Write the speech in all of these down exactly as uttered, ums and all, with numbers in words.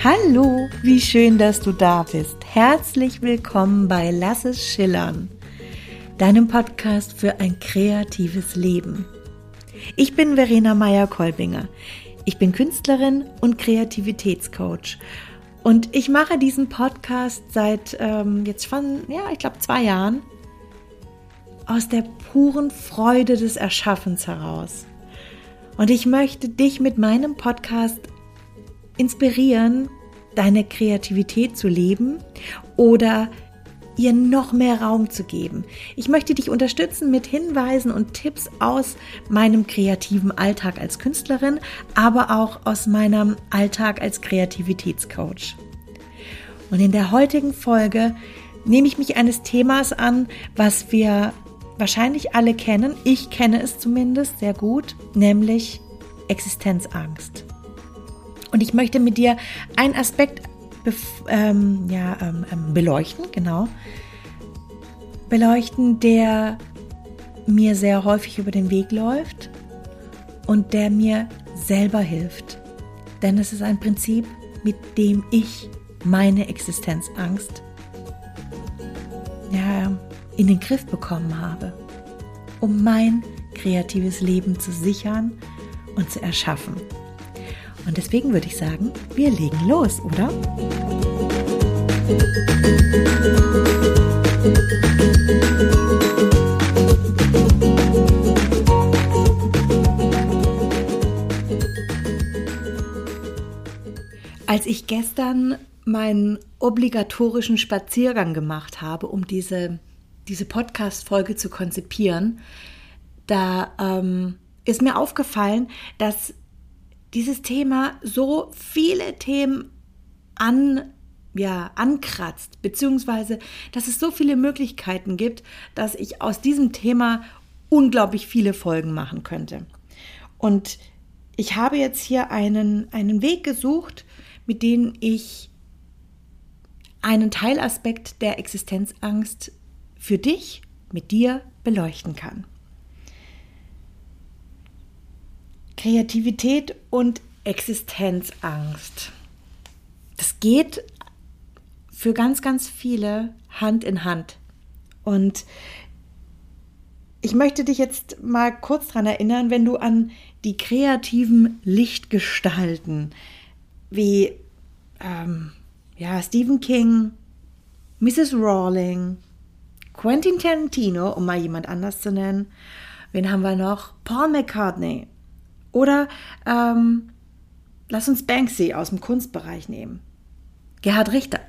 Hallo, wie schön, dass du da bist. Herzlich willkommen bei Lass es schillern, deinem Podcast für ein kreatives Leben. Ich bin Verena Meyer-Kolbinger. Ich bin Künstlerin und Kreativitätscoach. Und ich mache diesen Podcast seit ähm, jetzt schon, ja, ich glaube zwei Jahren aus der puren Freude des Erschaffens heraus. Und ich möchte dich mit meinem Podcast inspirieren, deine Kreativität zu leben oder ihr noch mehr Raum zu geben. Ich möchte dich unterstützen mit Hinweisen und Tipps aus meinem kreativen Alltag als Künstlerin, aber auch aus meinem Alltag als Kreativitätscoach. Und in der heutigen Folge nehme ich mich eines Themas an, was wir wahrscheinlich alle kennen. Ich kenne es zumindest sehr gut, nämlich Existenzangst. Und ich möchte mit dir einen Aspekt bef- ähm, ja, ähm, ähm, beleuchten, genau, beleuchten, der mir sehr häufig über den Weg läuft und der mir selber hilft. Denn es ist ein Prinzip, mit dem ich meine Existenzangst ja, in den Griff bekommen habe, um mein kreatives Leben zu sichern und zu erschaffen. Und deswegen würde ich sagen, wir legen los, oder? Als ich gestern meinen obligatorischen Spaziergang gemacht habe, um diese, diese Podcast-Folge zu konzipieren, da ähm, ist mir aufgefallen, dass dieses Thema so viele Themen an, ja, ankratzt, beziehungsweise dass es so viele Möglichkeiten gibt, dass ich aus diesem Thema unglaublich viele Folgen machen könnte. Und ich habe jetzt hier einen, einen Weg gesucht, mit dem ich einen Teilaspekt der Existenzangst für dich, mit dir beleuchten kann. Kreativität und Existenzangst. Das geht für ganz, ganz viele Hand in Hand. Und ich möchte dich jetzt mal kurz daran erinnern, wenn du an die kreativen Lichtgestalten wie ähm, ja, Stephen King, Misses Rowling, Quentin Tarantino, um mal jemand anders zu nennen, wen haben wir noch? Paul McCartney. Oder ähm, lass uns Banksy aus dem Kunstbereich nehmen. Gerhard Richter.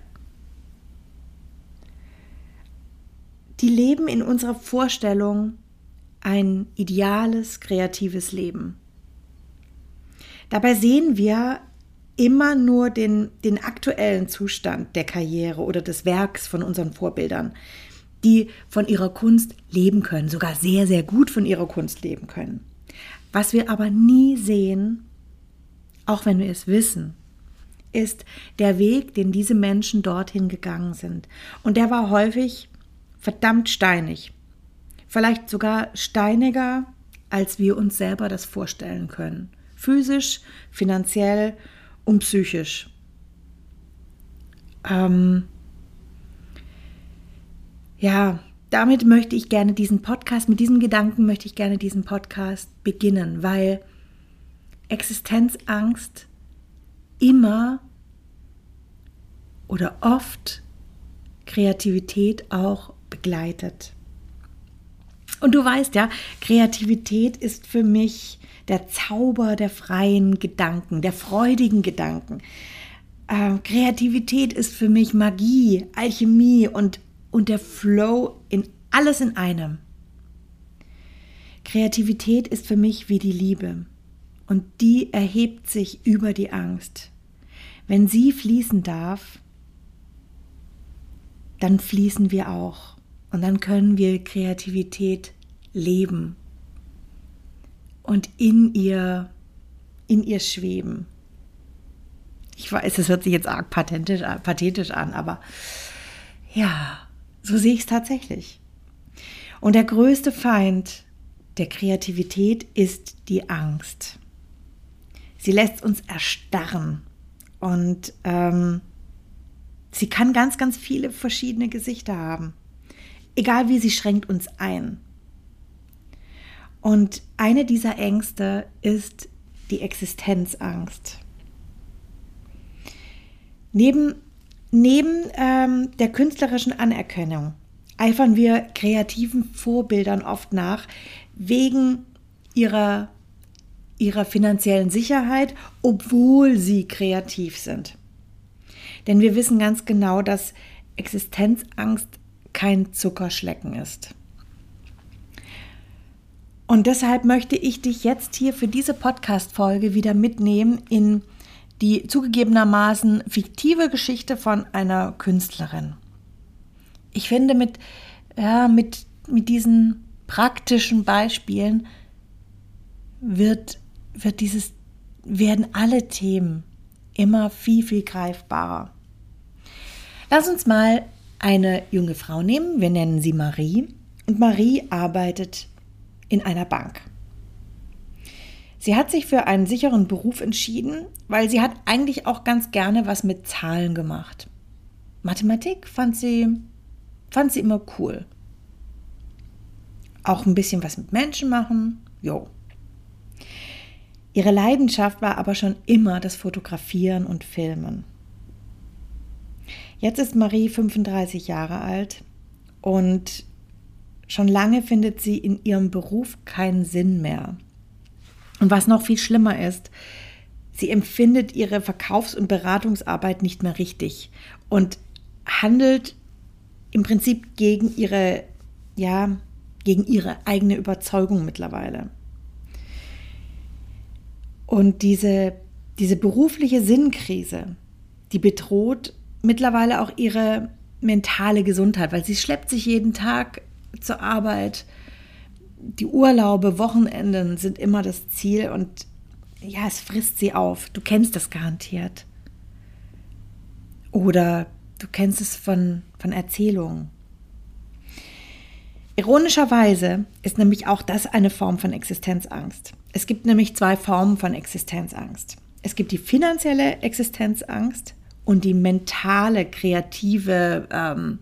Die leben in unserer Vorstellung ein ideales, kreatives Leben. Dabei sehen wir immer nur den, den aktuellen Zustand der Karriere oder des Werks von unseren Vorbildern, die von ihrer Kunst leben können, sogar sehr, sehr gut von ihrer Kunst leben können. Was wir aber nie sehen, auch wenn wir es wissen, ist der Weg, den diese Menschen dorthin gegangen sind. Und der war häufig verdammt steinig. Vielleicht sogar steiniger, als wir uns selber das vorstellen können. Physisch, finanziell und psychisch. Ähm, ja, Damit möchte ich gerne diesen Podcast, mit diesem Gedanken möchte ich gerne diesen Podcast beginnen, weil Existenzangst immer oder oft Kreativität auch begleitet. Und du weißt ja, Kreativität ist für mich der Zauber der freien Gedanken, der freudigen Gedanken. Äh, Kreativität ist für mich Magie, Alchemie und Und der Flow in alles in einem. Kreativität ist für mich wie die Liebe. Und die erhebt sich über die Angst. Wenn sie fließen darf, dann fließen wir auch. Und dann können wir Kreativität leben. Und in ihr, in ihr schweben. Ich weiß, das hört sich jetzt arg pathetisch, pathetisch an, aber ja, so sehe ich es tatsächlich. Und der größte Feind der Kreativität ist die Angst. Sie lässt uns erstarren und ähm, sie kann ganz, ganz viele verschiedene Gesichter haben. Egal wie, sie schränkt uns ein. Und eine dieser Ängste ist die Existenzangst. Neben, neben ähm, der künstlerischen Anerkennung eifern wir kreativen Vorbildern oft nach, wegen ihrer, ihrer finanziellen Sicherheit, obwohl sie kreativ sind. Denn wir wissen ganz genau, dass Existenzangst kein Zuckerschlecken ist. Und deshalb möchte ich dich jetzt hier für diese Podcast-Folge wieder mitnehmen in die zugegebenermaßen fiktive Geschichte von einer Künstlerin. Ich finde, mit, ja, mit, mit diesen praktischen Beispielen wird, wird dieses, werden alle Themen immer viel, viel greifbarer. Lass uns mal eine junge Frau nehmen, wir nennen sie Marie. Und Marie arbeitet in einer Bank. Sie hat sich für einen sicheren Beruf entschieden, weil sie hat eigentlich auch ganz gerne was mit Zahlen gemacht. Mathematik fand sie, fand sie immer cool. Auch ein bisschen was mit Menschen machen, jo. Ihre Leidenschaft war aber schon immer das Fotografieren und Filmen. Jetzt ist Marie fünfunddreißig Jahre alt und schon lange findet sie in ihrem Beruf keinen Sinn mehr. Und was noch viel schlimmer ist, sie empfindet ihre Verkaufs- und Beratungsarbeit nicht mehr richtig und handelt im Prinzip gegen ihre, ja, gegen ihre eigene Überzeugung mittlerweile. Und diese, diese berufliche Sinnkrise, die bedroht mittlerweile auch ihre mentale Gesundheit, weil sie schleppt sich jeden Tag zur Arbeit. Die Urlaube, Wochenenden sind immer das Ziel und ja, es frisst sie auf. Du kennst das garantiert. Oder du kennst es von, von Erzählungen. Ironischerweise ist nämlich auch das eine Form von Existenzangst. Es gibt nämlich zwei Formen von Existenzangst. Es gibt die finanzielle Existenzangst und die mentale, kreative ähm,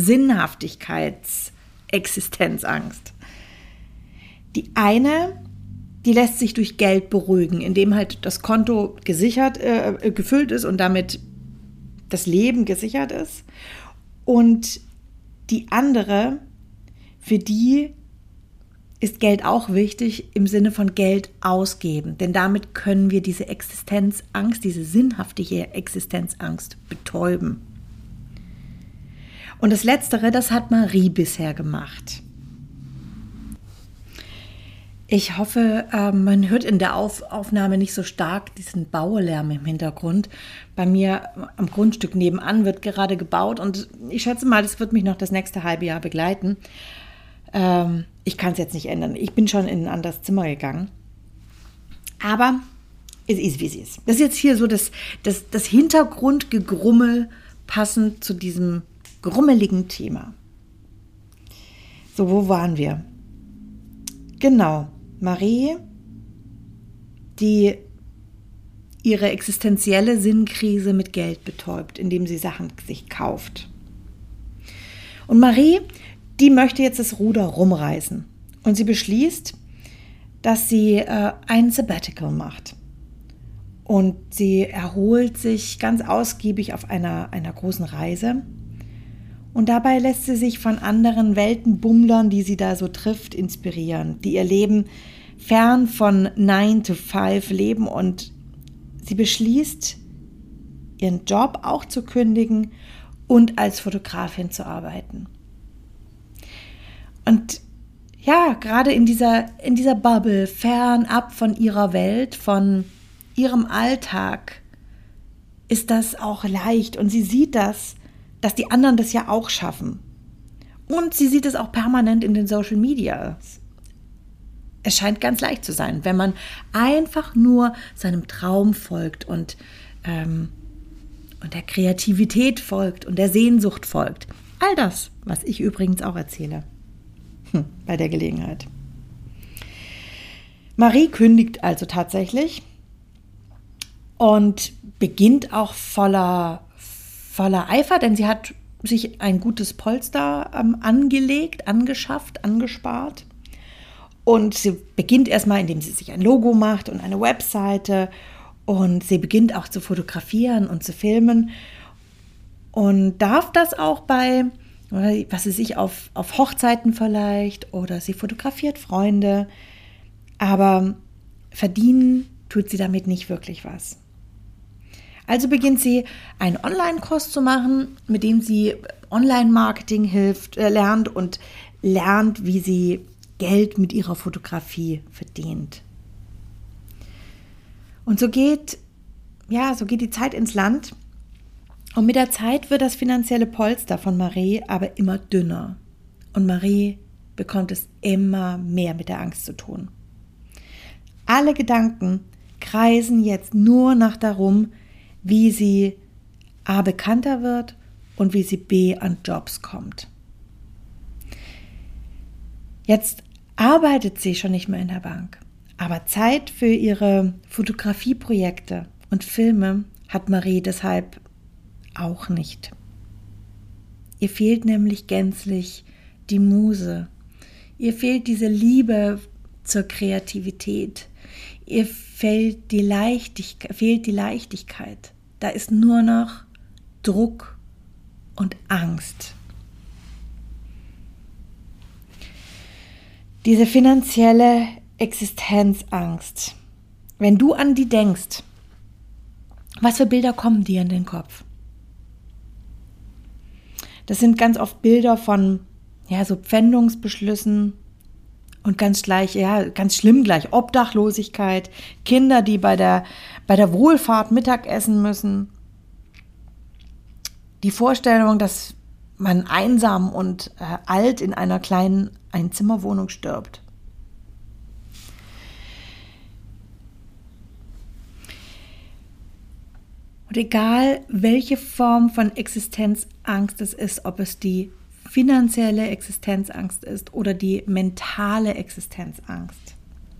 Sinnhaftigkeitsexistenzangst. Die eine, die lässt sich durch Geld beruhigen, indem halt das Konto gesichert, äh, gefüllt ist und damit das Leben gesichert ist. Und die andere, für die ist Geld auch wichtig im Sinne von Geld ausgeben. Denn damit können wir diese Existenzangst, diese sinnhaftige Existenzangst betäuben. Und das Letztere, das hat Marie bisher gemacht. Ich hoffe, man hört in der Auf- Aufnahme nicht so stark diesen Baulärm im Hintergrund. Bei mir am Grundstück nebenan wird gerade gebaut und ich schätze mal, das wird mich noch das nächste halbe Jahr begleiten. Ähm, ich kann es jetzt nicht ändern. Ich bin schon in ein anderes Zimmer gegangen. Aber es ist, wie es ist. Das ist jetzt hier so das, das, das Hintergrundgegrummel passend zu diesem grummeligen Thema. So, wo waren wir? Genau. Marie, die ihre existenzielle Sinnkrise mit Geld betäubt, indem sie Sachen sich kauft. Und Marie, die möchte jetzt das Ruder rumreißen. Und sie beschließt, dass sie äh, ein Sabbatical macht. Und sie erholt sich ganz ausgiebig auf einer, einer großen Reise. Und dabei lässt sie sich von anderen Weltenbummlern, die sie da so trifft, inspirieren, die ihr Leben fern von nine to five leben. Und sie beschließt, ihren Job auch zu kündigen und als Fotografin zu arbeiten. Und ja, gerade in dieser, in dieser Bubble, fernab von ihrer Welt, von ihrem Alltag, ist das auch leicht. Und sie sieht das, dass die anderen das ja auch schaffen. Und sie sieht es auch permanent in den Social Media. Es scheint ganz leicht zu sein, wenn man einfach nur seinem Traum folgt und, ähm, und der Kreativität folgt und der Sehnsucht folgt. All das, was ich übrigens auch erzähle hm, bei der Gelegenheit. Marie kündigt also tatsächlich und beginnt auch voller, voller Eifer, denn sie hat sich ein gutes Polster ähm, angelegt, angeschafft, angespart. Und sie beginnt erstmal, indem sie sich ein Logo macht und eine Webseite. Und sie beginnt auch zu fotografieren und zu filmen. Und darf das auch bei, was sie sich auf, auf Hochzeiten vielleicht, oder sie fotografiert Freunde. Aber verdienen tut sie damit nicht wirklich was. Also beginnt sie, einen Online-Kurs zu machen, mit dem sie Online-Marketing hilft, äh, lernt und lernt, wie sie Geld mit ihrer Fotografie verdient. Und so geht, ja, so geht die Zeit ins Land. Und mit der Zeit wird das finanzielle Polster von Marie aber immer dünner. Und Marie bekommt es immer mehr mit der Angst zu tun. Alle Gedanken kreisen jetzt nur noch darum, wie sie A bekannter wird und wie sie B an Jobs kommt. Jetzt arbeitet sie schon nicht mehr in der Bank, aber Zeit für ihre Fotografieprojekte und Filme hat Marie deshalb auch nicht. Ihr fehlt nämlich gänzlich die Muse. Ihr fehlt diese Liebe zur Kreativität. Ihr fehlt die Leichtigkeit, fehlt die Leichtigkeit. Da ist nur noch Druck und Angst. Diese finanzielle Existenzangst. Wenn du an die denkst, was für Bilder kommen dir in den Kopf? Das sind ganz oft Bilder von ja, so Pfändungsbeschlüssen und ganz gleich, ja, ganz schlimm gleich, Obdachlosigkeit, Kinder, die bei der, bei der Wohlfahrt Mittag essen müssen. Die Vorstellung, dass man einsam und äh, alt in einer kleinen Einzimmerwohnung stirbt. Und egal, welche Form von Existenzangst es ist, ob es die finanzielle Existenzangst ist oder die mentale Existenzangst.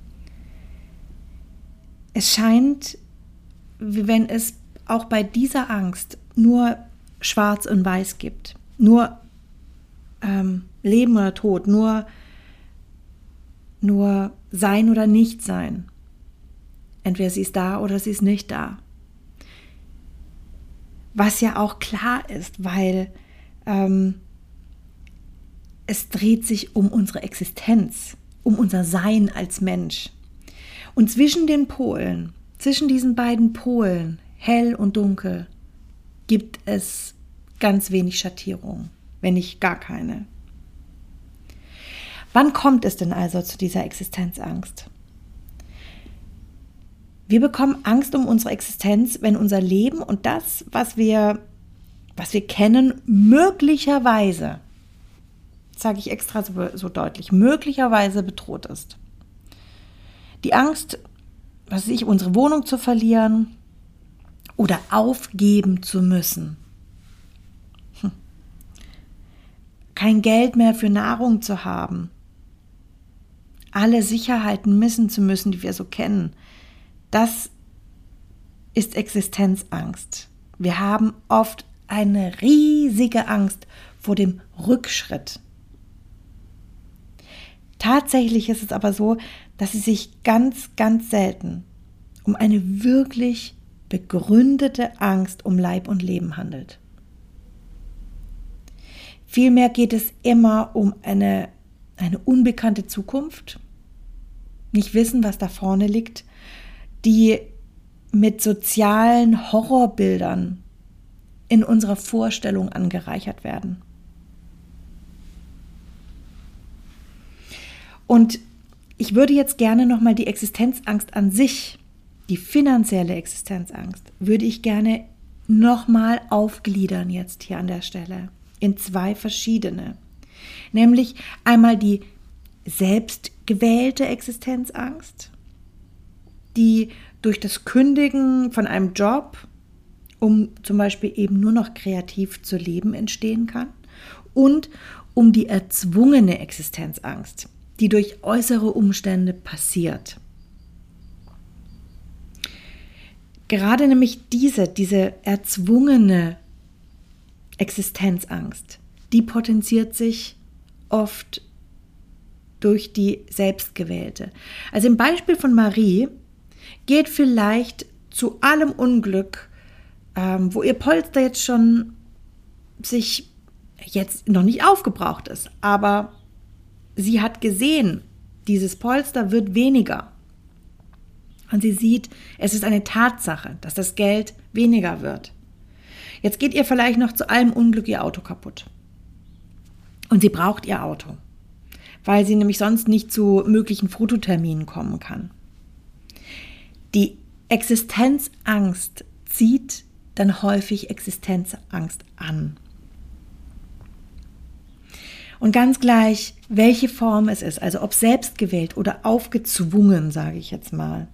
Es scheint, wie wenn es auch bei dieser Angst nur Schwarz und Weiß gibt, nur ähm, Leben oder Tod, nur, nur Sein oder Nicht-Sein. Entweder sie ist da oder sie ist nicht da. Was ja auch klar ist, weil ähm, es dreht sich um unsere Existenz, um unser Sein als Mensch. Und zwischen den Polen, zwischen diesen beiden Polen, hell und dunkel, gibt es ganz wenig Schattierung, wenn nicht gar keine. Wann kommt es denn also zu dieser Existenzangst? Wir bekommen Angst um unsere Existenz, wenn unser Leben und das, was wir, was wir kennen, möglicherweise, sage ich extra so, so deutlich, möglicherweise bedroht ist. Die Angst, was weiß ich, unsere Wohnung zu verlieren oder aufgeben zu müssen. Hm. Kein Geld mehr für Nahrung zu haben. Alle Sicherheiten missen zu müssen, die wir so kennen. Das ist Existenzangst. Wir haben oft eine riesige Angst vor dem Rückschritt. Tatsächlich ist es aber so, dass es sich ganz, ganz selten um eine wirklich begründete Angst um Leib und Leben handelt. Vielmehr geht es immer um eine, eine unbekannte Zukunft, nicht wissen, was da vorne liegt, die mit sozialen Horrorbildern in unserer Vorstellung angereichert werden. Und ich würde jetzt gerne nochmal die Existenzangst an sich, die finanzielle Existenzangst, würde ich gerne nochmal aufgliedern jetzt hier an der Stelle in zwei verschiedene. Nämlich einmal die selbstgewählte Existenzangst, die durch das Kündigen von einem Job, um zum Beispiel eben nur noch kreativ zu leben, entstehen kann, und um die erzwungene Existenzangst, die durch äußere Umstände passiert. Gerade nämlich diese, diese erzwungene Existenzangst, die potenziert sich oft durch die selbstgewählte. Also im Beispiel von Marie geht vielleicht zu allem Unglück, ähm, wo ihr Polster jetzt schon sich jetzt noch nicht aufgebraucht ist, aber sie hat gesehen, dieses Polster wird weniger. Und sie sieht, es ist eine Tatsache, dass das Geld weniger wird. Jetzt geht ihr vielleicht noch zu allem Unglück ihr Auto kaputt. Und sie braucht ihr Auto, weil sie nämlich sonst nicht zu möglichen Fototerminen kommen kann. Die Existenzangst zieht dann häufig Existenzangst an. Und ganz gleich, welche Form es ist, also ob selbstgewählt oder aufgezwungen, sage ich jetzt mal.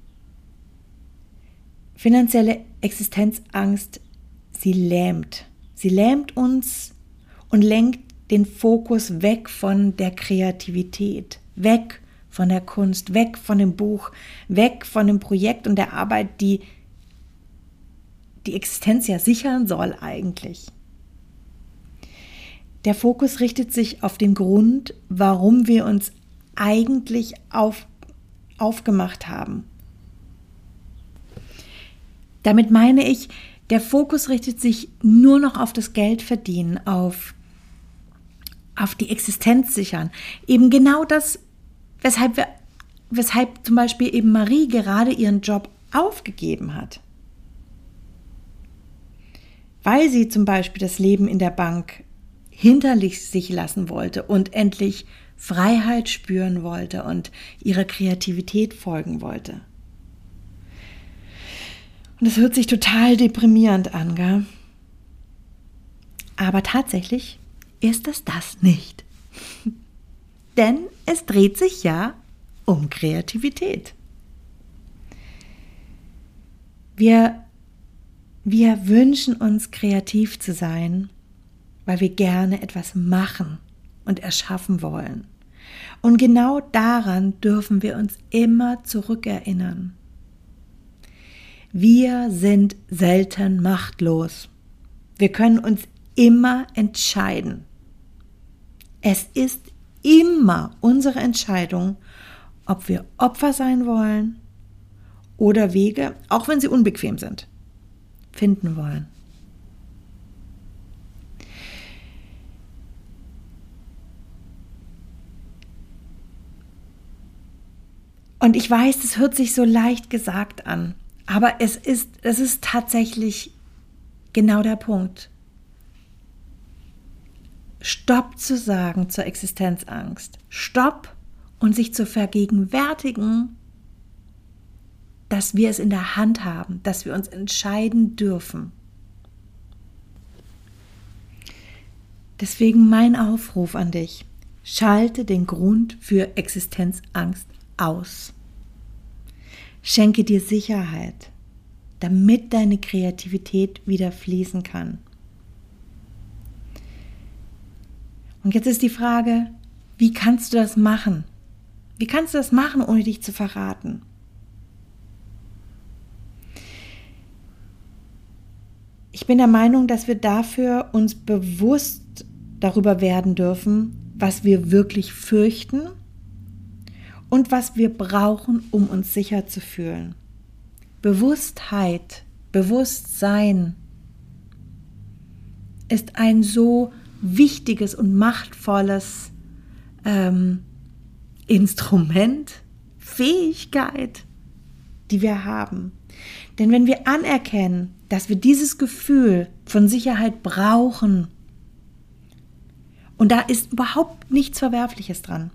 Finanzielle Existenzangst, sie lähmt. Sie lähmt uns und lenkt den Fokus weg von der Kreativität, weg von der Kunst, weg von dem Buch, weg von dem Projekt und der Arbeit, die die Existenz ja sichern soll eigentlich. Der Fokus richtet sich auf den Grund, warum wir uns eigentlich auf, aufgemacht haben. Damit meine ich, der Fokus richtet sich nur noch auf das Geldverdienen, auf, auf die Existenz sichern. Eben genau das, weshalb, wir, weshalb zum Beispiel eben Marie gerade ihren Job aufgegeben hat. Weil sie zum Beispiel das Leben in der Bank hinter sich lassen wollte und endlich Freiheit spüren wollte und ihrer Kreativität folgen wollte. Und es hört sich total deprimierend an, gell? Aber tatsächlich ist es das nicht. Denn es dreht sich ja um Kreativität. Wir, wir wünschen uns, kreativ zu sein, weil wir gerne etwas machen und erschaffen wollen. Und genau daran dürfen wir uns immer zurückerinnern. Wir sind selten machtlos. Wir können uns immer entscheiden. Es ist immer unsere Entscheidung, ob wir Opfer sein wollen oder Wege, auch wenn sie unbequem sind, finden wollen. Und ich weiß, das hört sich so leicht gesagt an, aber es ist, es ist tatsächlich genau der Punkt. Stopp zu sagen zur Existenzangst. Stopp und sich zu vergegenwärtigen, dass wir es in der Hand haben, dass wir uns entscheiden dürfen. Deswegen mein Aufruf an dich. Schalte den Grund für Existenzangst aus. Schenke dir Sicherheit, damit deine Kreativität wieder fließen kann. Und jetzt ist die Frage, wie kannst du das machen? Wie kannst du das machen, ohne dich zu verraten? Ich bin der Meinung, dass wir dafür uns bewusst darüber werden dürfen, was wir wirklich fürchten und was wir brauchen, um uns sicher zu fühlen. Bewusstheit, Bewusstsein ist ein so wichtiges und machtvolles ähm, Instrument, Fähigkeit, die wir haben. Denn wenn wir anerkennen, dass wir dieses Gefühl von Sicherheit brauchen, und da ist überhaupt nichts Verwerfliches dran,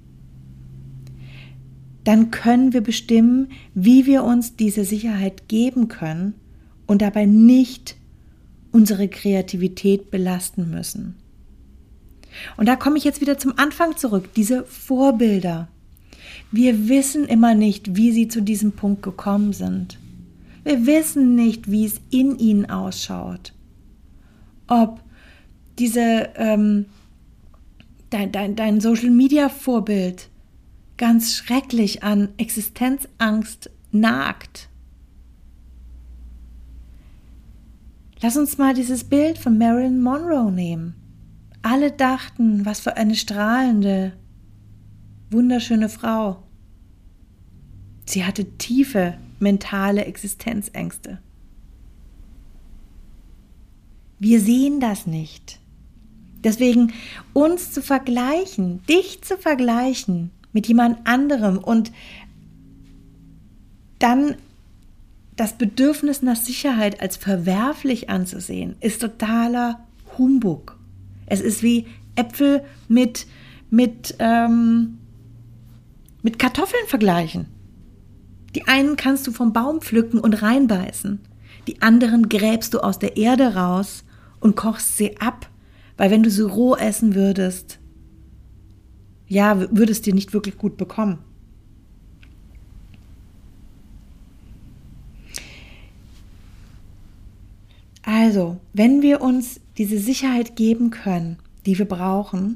dann können wir bestimmen, wie wir uns diese Sicherheit geben können und dabei nicht unsere Kreativität belasten müssen. Und da komme ich jetzt wieder zum Anfang zurück, diese Vorbilder. Wir wissen immer nicht, wie sie zu diesem Punkt gekommen sind. Wir wissen nicht, wie es in ihnen ausschaut. Ob diese, ähm, dein, dein, dein Social-Media-Vorbild ganz schrecklich an Existenzangst nagt. Lass uns mal dieses Bild von Marilyn Monroe nehmen. Alle dachten, was für eine strahlende, wunderschöne Frau. Sie hatte tiefe mentale Existenzängste. Wir sehen das nicht. Deswegen uns zu vergleichen, dich zu vergleichen mit jemand anderem und dann das Bedürfnis nach Sicherheit als verwerflich anzusehen, ist totaler Humbug. Es ist wie Äpfel mit, mit, ähm, mit Kartoffeln vergleichen. Die einen kannst du vom Baum pflücken und reinbeißen. Die anderen gräbst du aus der Erde raus und kochst sie ab. Weil wenn du sie roh essen würdest, ja, würdest du dir nicht wirklich gut bekommen. Also, wenn wir uns diese Sicherheit geben können, die wir brauchen,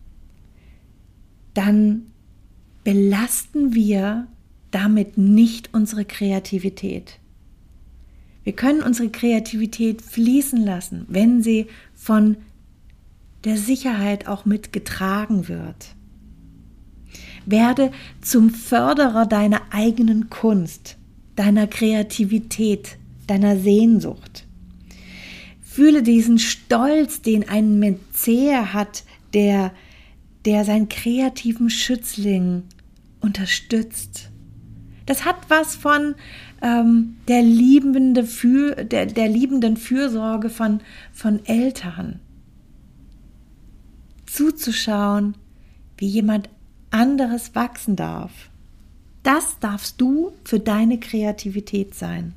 dann belasten wir damit nicht unsere Kreativität. Wir können unsere Kreativität fließen lassen, wenn sie von der Sicherheit auch mitgetragen wird. Werde zum Förderer deiner eigenen Kunst, deiner Kreativität, deiner Sehnsucht. Fühle diesen Stolz, den ein Mäzen hat, der, der seinen kreativen Schützling unterstützt. Das hat was von ähm, der, liebende Für, der, der liebenden Fürsorge von, von Eltern. Zuzuschauen, wie jemand anderes wachsen darf. Das darfst du für deine Kreativität sein.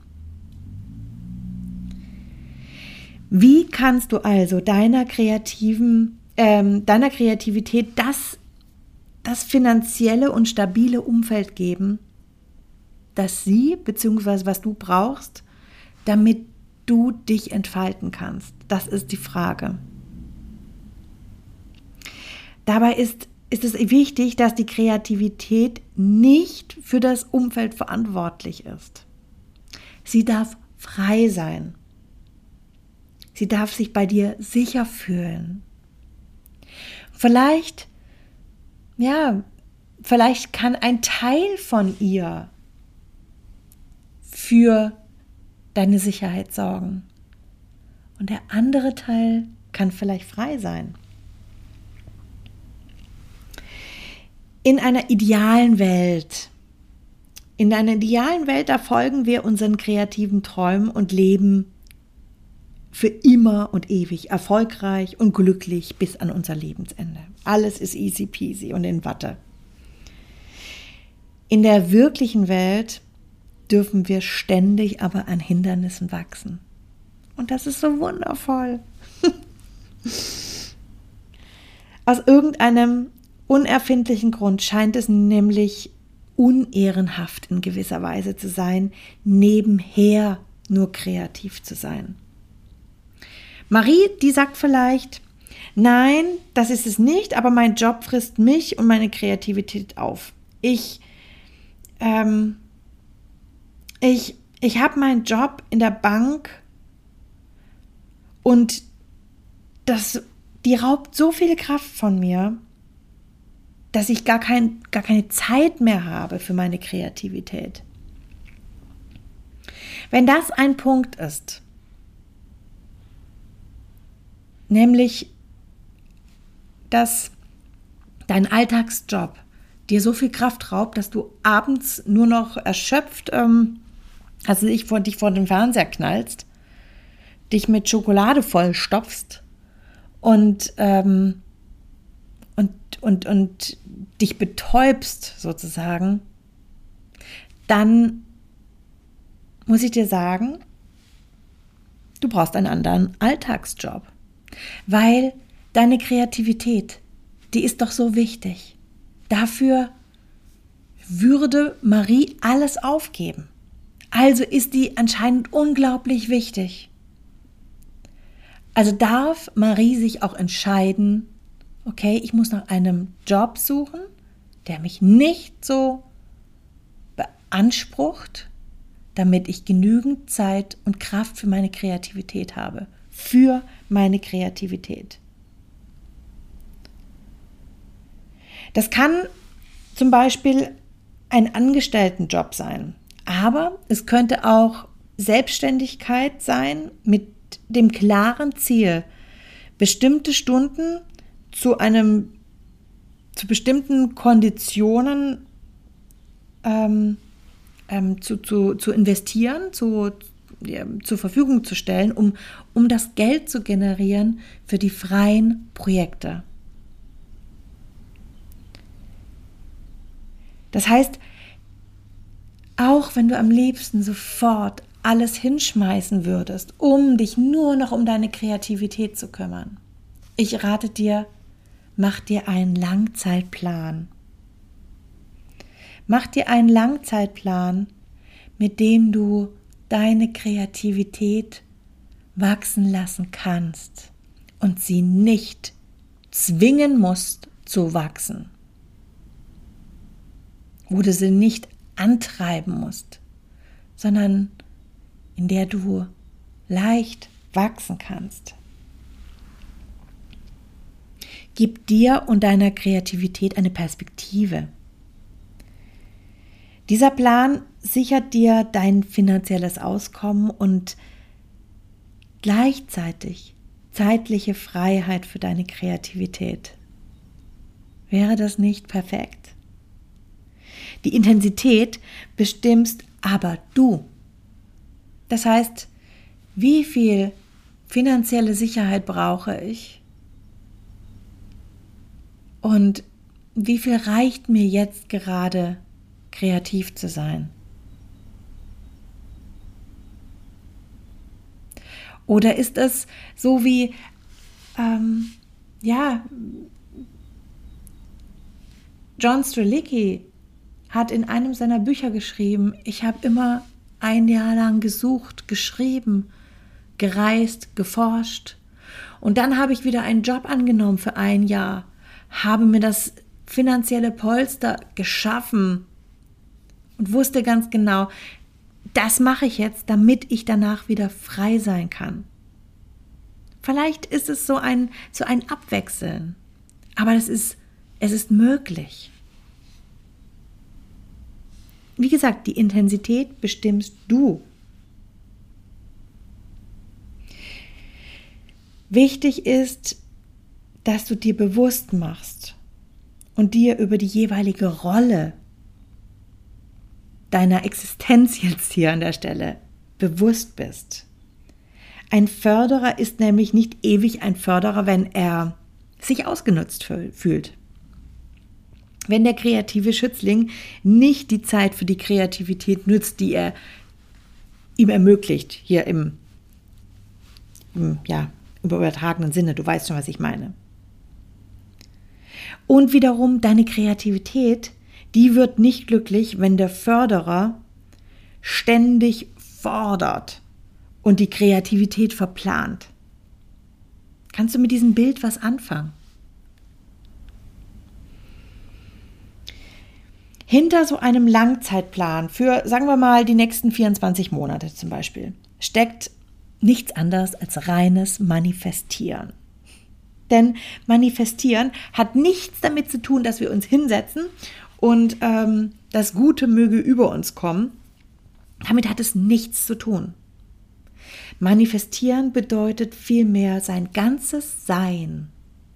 Wie kannst du also deiner kreativen, ähm, deiner Kreativität das, das finanzielle und stabile Umfeld geben, das sie bzw. was du brauchst, damit du dich entfalten kannst? Das ist die Frage. Dabei ist, ist es wichtig, dass die Kreativität nicht für das Umfeld verantwortlich ist. Sie darf frei sein. Sie darf sich bei dir sicher fühlen. Vielleicht, ja, vielleicht kann ein Teil von ihr für deine Sicherheit sorgen. Und der andere Teil kann vielleicht frei sein. In einer idealen Welt, in einer idealen Welt, da folgen wir unseren kreativen Träumen und leben für immer und ewig erfolgreich und glücklich bis an unser Lebensende. Alles ist easy peasy und in Watte. In der wirklichen Welt dürfen wir ständig aber an Hindernissen wachsen. Und das ist so wundervoll. Aus irgendeinem unerfindlichen Grund scheint es nämlich unehrenhaft in gewisser Weise zu sein, nebenher nur kreativ zu sein. Marie, die sagt vielleicht, nein, das ist es nicht, aber mein Job frisst mich und meine Kreativität auf. Ich, ähm, ich, ich habe meinen Job in der Bank und das, die raubt so viel Kraft von mir, dass ich gar, kein, gar keine Zeit mehr habe für meine Kreativität. Wenn das ein Punkt ist, nämlich, dass dein Alltagsjob dir so viel Kraft raubt, dass du abends nur noch erschöpft, ähm, also dich vor, dich vor den Fernseher knallst, dich mit Schokolade vollstopfst und, ähm, und, und, und dich betäubst sozusagen, dann muss ich dir sagen, du brauchst einen anderen Alltagsjob. Weil deine Kreativität, die ist doch so wichtig. Dafür würde Marie alles aufgeben. Also ist die anscheinend unglaublich wichtig. Also darf Marie sich auch entscheiden, okay, ich muss nach einem Job suchen, der mich nicht so beansprucht, damit ich genügend Zeit und Kraft für meine Kreativität habe. Für meine Kreativität. Das kann zum Beispiel ein Angestelltenjob sein, aber es könnte auch Selbstständigkeit sein mit dem klaren Ziel, bestimmte Stunden zu einem, zu bestimmten Konditionen ähm, ähm, zu, zu, zu investieren, zu, ja, zur Verfügung zu stellen, um, um das Geld zu generieren für die freien Projekte. Das heißt, auch wenn du am liebsten sofort alles hinschmeißen würdest, um dich nur noch um deine Kreativität zu kümmern, ich rate dir, mach dir einen Langzeitplan. Mach dir einen Langzeitplan, mit dem du deine Kreativität wachsen lassen kannst und sie nicht zwingen musst zu wachsen. Wo du sie nicht antreiben musst, sondern in der du leicht wachsen kannst. Gib dir und deiner Kreativität eine Perspektive. Dieser Plan sichert dir dein finanzielles Auskommen und gleichzeitig zeitliche Freiheit für deine Kreativität. Wäre das nicht perfekt? Die Intensität bestimmst aber du. Das heißt, wie viel finanzielle Sicherheit brauche ich? Und wie viel reicht mir jetzt gerade, kreativ zu sein? Oder ist es so wie, ähm, ja, John Strzelecki hat in einem seiner Bücher geschrieben, ich habe immer ein Jahr lang gesucht, geschrieben, gereist, geforscht und dann habe ich wieder einen Job angenommen für ein Jahr, habe mir das finanzielle Polster geschaffen und wusste ganz genau, das mache ich jetzt, damit ich danach wieder frei sein kann. Vielleicht ist es so ein, so ein Abwechseln, aber das ist, es ist möglich. Wie gesagt, die Intensität bestimmst du. Wichtig ist, dass du dir bewusst machst und dir über die jeweilige Rolle deiner Existenz jetzt hier an der Stelle bewusst bist. Ein Förderer ist nämlich nicht ewig ein Förderer, wenn er sich ausgenutzt fühlt. Wenn der kreative Schützling nicht die Zeit für die Kreativität nützt, die er ihm ermöglicht, hier im, im ja, im übertragenen Sinne, du weißt schon, was ich meine. Und wiederum deine Kreativität, die wird nicht glücklich, wenn der Förderer ständig fordert und die Kreativität verplant. Kannst du mit diesem Bild was anfangen? Hinter so einem Langzeitplan für, sagen wir mal, die nächsten vierundzwanzig Monate zum Beispiel, steckt nichts anderes als reines Manifestieren. Denn Manifestieren hat nichts damit zu tun, dass wir uns hinsetzen und ähm, das Gute möge über uns kommen. Damit hat es nichts zu tun. Manifestieren bedeutet vielmehr sein ganzes Sein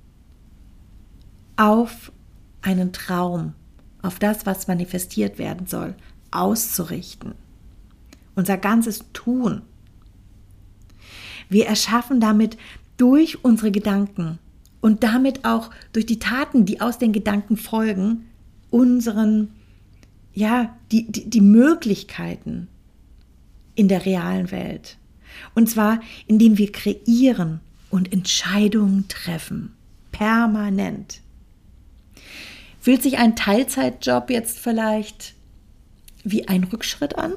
auf einen Traum, auf das, was manifestiert werden soll, auszurichten. Unser ganzes Tun. Wir erschaffen damit durch unsere Gedanken und damit auch durch die Taten, die aus den Gedanken folgen, unseren, ja, die, die, die Möglichkeiten in der realen Welt. Und zwar, indem wir kreieren und Entscheidungen treffen. Permanent. Fühlt sich ein Teilzeitjob jetzt vielleicht wie ein Rückschritt an?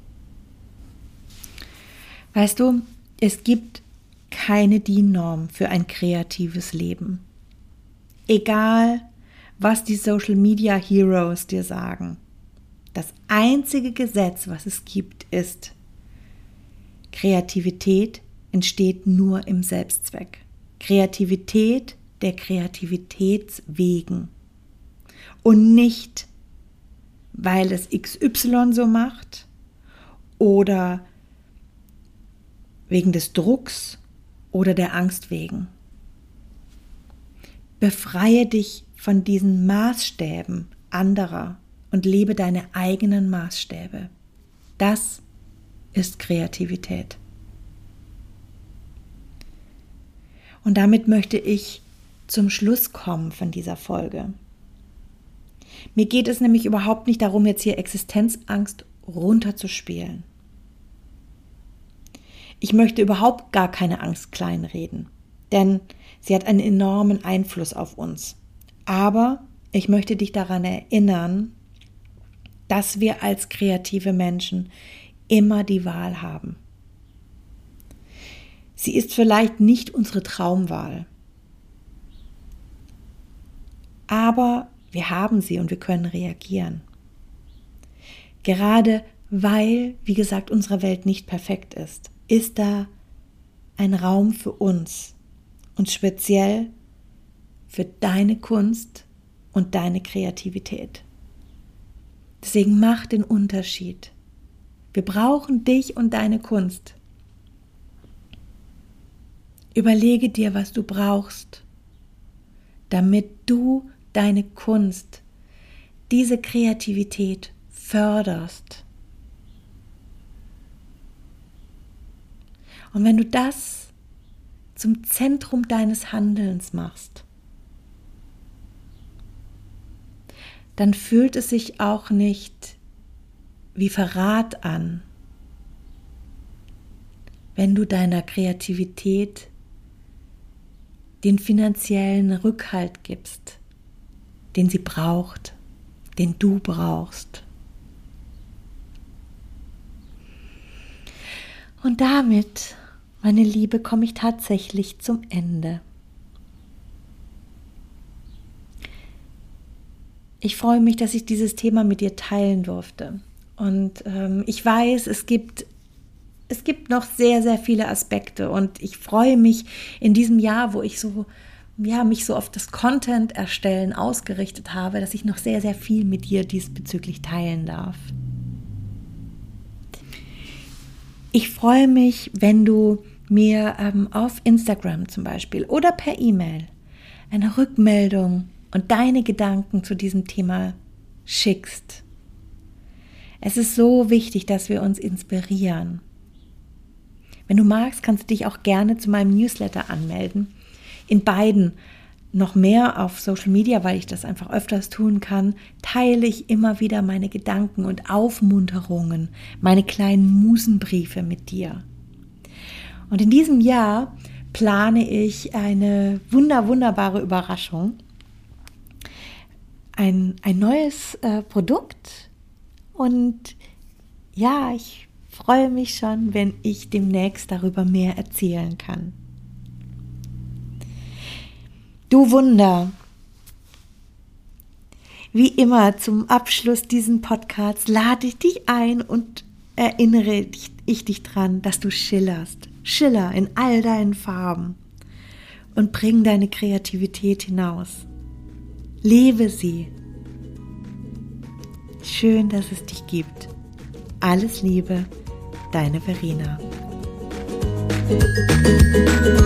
Weißt du, es gibt keine D I N-Norm für ein kreatives Leben. Egal, was die Social Media Heroes dir sagen. Das einzige Gesetz, was es gibt, ist: Kreativität entsteht nur im Selbstzweck. Kreativität der Kreativitäts wegen und nicht, weil es X Y so macht oder wegen des Drucks oder der Angst wegen. Befreie dich von diesen Maßstäben anderer und lebe deine eigenen Maßstäbe. Das ist Kreativität. Und damit möchte ich zum Schluss kommen von dieser Folge. Mir geht es nämlich überhaupt nicht darum, jetzt hier Existenzangst runterzuspielen. Ich möchte überhaupt gar keine Angst kleinreden, denn sie hat einen enormen Einfluss auf uns. Aber ich möchte dich daran erinnern, dass wir als kreative Menschen immer die Wahl haben. Sie ist vielleicht nicht unsere Traumwahl, aber wir haben sie und wir können reagieren. Gerade weil, wie gesagt, unsere Welt nicht perfekt ist, ist da ein Raum für uns und speziell für deine Kunst und deine Kreativität. Deswegen mach den Unterschied. Wir brauchen dich und deine Kunst. Überlege dir, was du brauchst, damit du deine Kunst, diese Kreativität förderst. Und wenn du das zum Zentrum deines Handelns machst, dann fühlt es sich auch nicht wie Verrat an, wenn du deiner Kreativität den finanziellen Rückhalt gibst, den sie braucht, den du brauchst. Und damit, meine Liebe, komme ich tatsächlich zum Ende. Ich freue mich, dass ich dieses Thema mit dir teilen durfte. Und ähm, ich weiß, es gibt, es gibt noch sehr, sehr viele Aspekte. Und ich freue mich in diesem Jahr, wo ich so, ja, mich so auf das Content-Erstellen ausgerichtet habe, dass ich noch sehr, sehr viel mit dir diesbezüglich teilen darf. Ich freue mich, wenn du mir ähm, auf Instagram zum Beispiel oder per E-Mail eine Rückmeldung und deine Gedanken zu diesem Thema schickst. Es ist so wichtig, dass wir uns inspirieren. Wenn du magst, kannst du dich auch gerne zu meinem Newsletter anmelden. In beiden noch mehr auf Social Media, weil ich das einfach öfters tun kann, teile ich immer wieder meine Gedanken und Aufmunterungen, meine kleinen Musenbriefe mit dir. Und in diesem Jahr plane ich eine wunder, wunderbare Überraschung. Ein, ein neues äh, Produkt und ja, ich freue mich schon, wenn ich demnächst darüber mehr erzählen kann. Du Wunder! Wie immer zum Abschluss dieses Podcasts lade ich dich ein und erinnere dich, ich dich dran, dass du schillerst. Schiller in all deinen Farben und bring deine Kreativität hinaus. Lebe sie. Schön, dass es dich gibt. Alles Liebe, deine Verena.